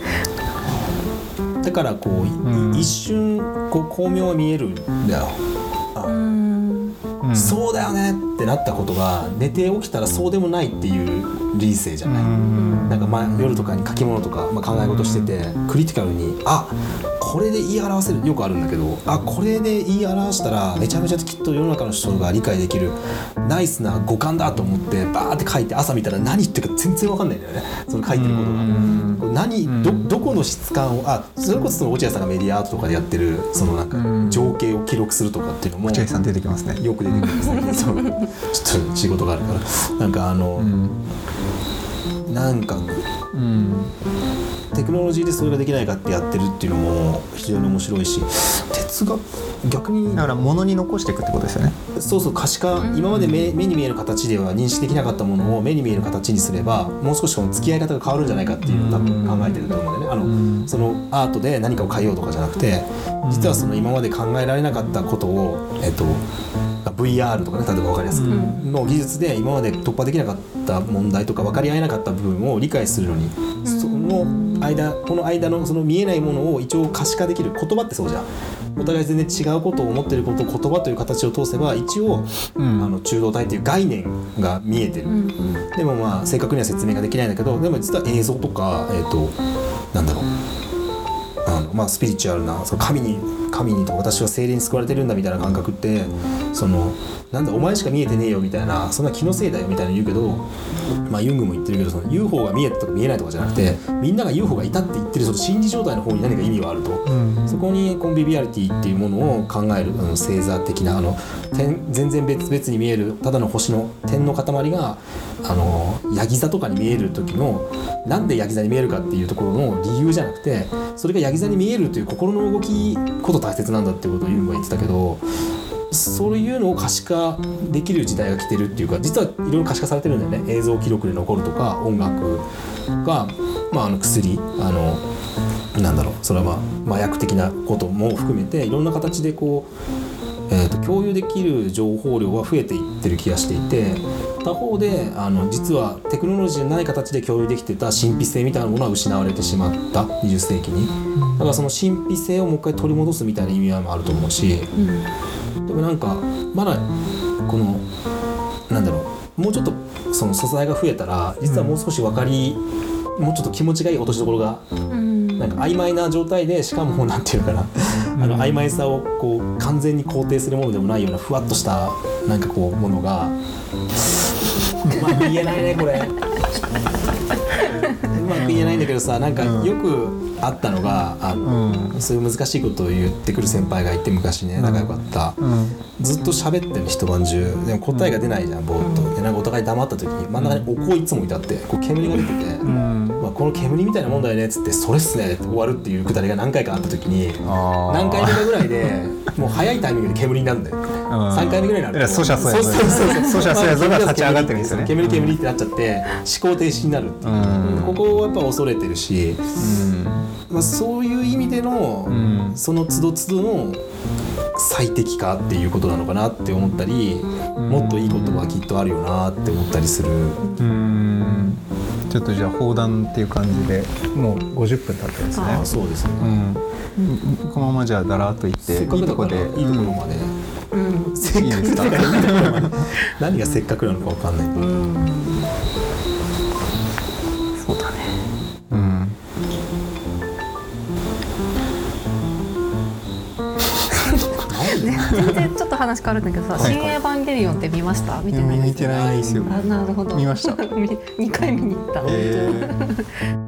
A: だからこう、うん、一瞬こう巧妙に見えるんだよ。うん、そうだよねってなったことが寝て起きたらそうでもないっていう理性じゃない。なんかまあ夜とかに書き物とか、まあ、考え事しててクリティカルにあこれで言い表せるよくあるんだけどあこれで言い表したらめちゃめちゃきっと世の中の人が理解できるナイスな五感だと思ってバーって書いて朝見たら何言ってるか全然わかんないんだよね。その書いてることが何 ど, どこの質感をあそれこそ落合さんがメディアアートとかでやってるそのなんか情景を記録するとかっていうのも
B: 落合さん出てきますね。
A: よく出てくるんですね。ちょっと仕事があるからなんかあの、うん、なんか、うん、テクノロジーでそれができないかってやってるっていうのも非常に面白いし哲学逆に
B: だから物に残していくってことですよね。
A: そうそう可視化今まで 目, 目に見える形では認識できなかったものを目に見える形にすればもう少しこの付き合い方が変わるんじゃないかっていうのを多分考えてると思うんだよね。あのそのアートで何かを変えようとかじゃなくて実はその今まで考えられなかったことをえっとブイアール とかね例えば分かりやすく、うん、の技術で今まで突破できなかった問題とか分かり合えなかった部分を理解するのに、うん、その間この間のその見えないものを一応可視化できる言葉ってそうじゃん。お互い全然違うことを思っていることを言葉という形を通せば一応、うん、あの中道体という概念が見えてる、うん、でもまあ正確には説明ができないんだけどでも実は映像とか、えーと、なんだろうあのまあ、スピリチュアルなその神に神にと私は精霊に救われてるんだみたいな感覚ってそのなんだお前しか見えてねえよみたいなそんな気のせいだよみたいな言うけど、まあ、ユングも言ってるけどその ユーフォー が見えたとか見えないとかじゃなくてみんなが ユーフォー がいたって言ってるその心理状態の方に何か意味があると、うん、そこにコンビビアリティっていうものを考えるあの星座的なあの点全然別々に見えるただの星の点の塊があのヤギ座とかに見える時のなんでヤギ座に見えるかっていうところの理由じゃなくてそれがヤギ座に見えるという心の動きこと大切なんだっていうことをユングは言ってたけどそういうのを可視化できる時代が来てるっていうか実はいろいろ可視化されてるんだよね。映像記録で残るとか音楽が、まあ、あの薬あのなんだろうそれはまあ麻薬的なことも含めていろんな形でこう、えー、と共有できる情報量は増えていってる気がしていて、他方であの実はテクノロジーじゃない形で共有できてた神秘性みたいなものは失われてしまったにじゅっ世紀に。だからその神秘性をもう一回取り戻すみたいな意味合いもあると思うし、うん、でもなんかまだこのなんだろうもうちょっとその素材が増えたら実はもう少し分かり、うん、もうちょっと気持ちがいい落としどころが、うん、なんか曖昧な状態でしかもなんていうかな、うん、あの曖昧さをこう完全に肯定するものでもないようなふわっとしたなんかこうものがうまく言えないねこれうまく言えないんだけどさ、なんかよくあったのがあの、うん、そういう難しいことを言ってくる先輩がいて昔ね仲良かった、うん、ずっと喋ってる一晩中でも答えが出ないじゃんぼーっとでなんかお互い黙った時に真ん中にお香いつもいたってこう煙が出てて、うんまあ、この煙みたいなもんだよねっつってそれっすねって終わるっていうくだりが何回かあった時に何回目かぐらいでもう早いタイミングで煙になるんだよさんかいめぐらいになると
B: ソシャソヤゾソシャソヤゾが立ち上がってるんですよね。
A: 煙煙ってなっちゃって思考停止になるっていう、うん、ここをやっぱ恐れてるし、うんまあ、そういう意味での、うん、その都度都度の最適化っていうことなのかなって思ったり、うん、もっといい言葉はきっとあるよなって思ったりする。うん
B: ちょっとじゃあ放談っていう感じでもうごじゅっぷん経ってますね。
A: あそうですね、
B: うん、このままじゃあだらっといって
A: せっかくだからいいところまで、うん、せっかくだからいいところまで何がせっかくなのか分かんないけど、うん、
C: そうだね、
B: うん
C: 全然ちょっと話変わるんだけどさ、新エヴァンゲリオンって見ました？見てないです。
B: 見てないですよ。
C: あ、なるほど。
B: 見ました。
C: にかい見に行った。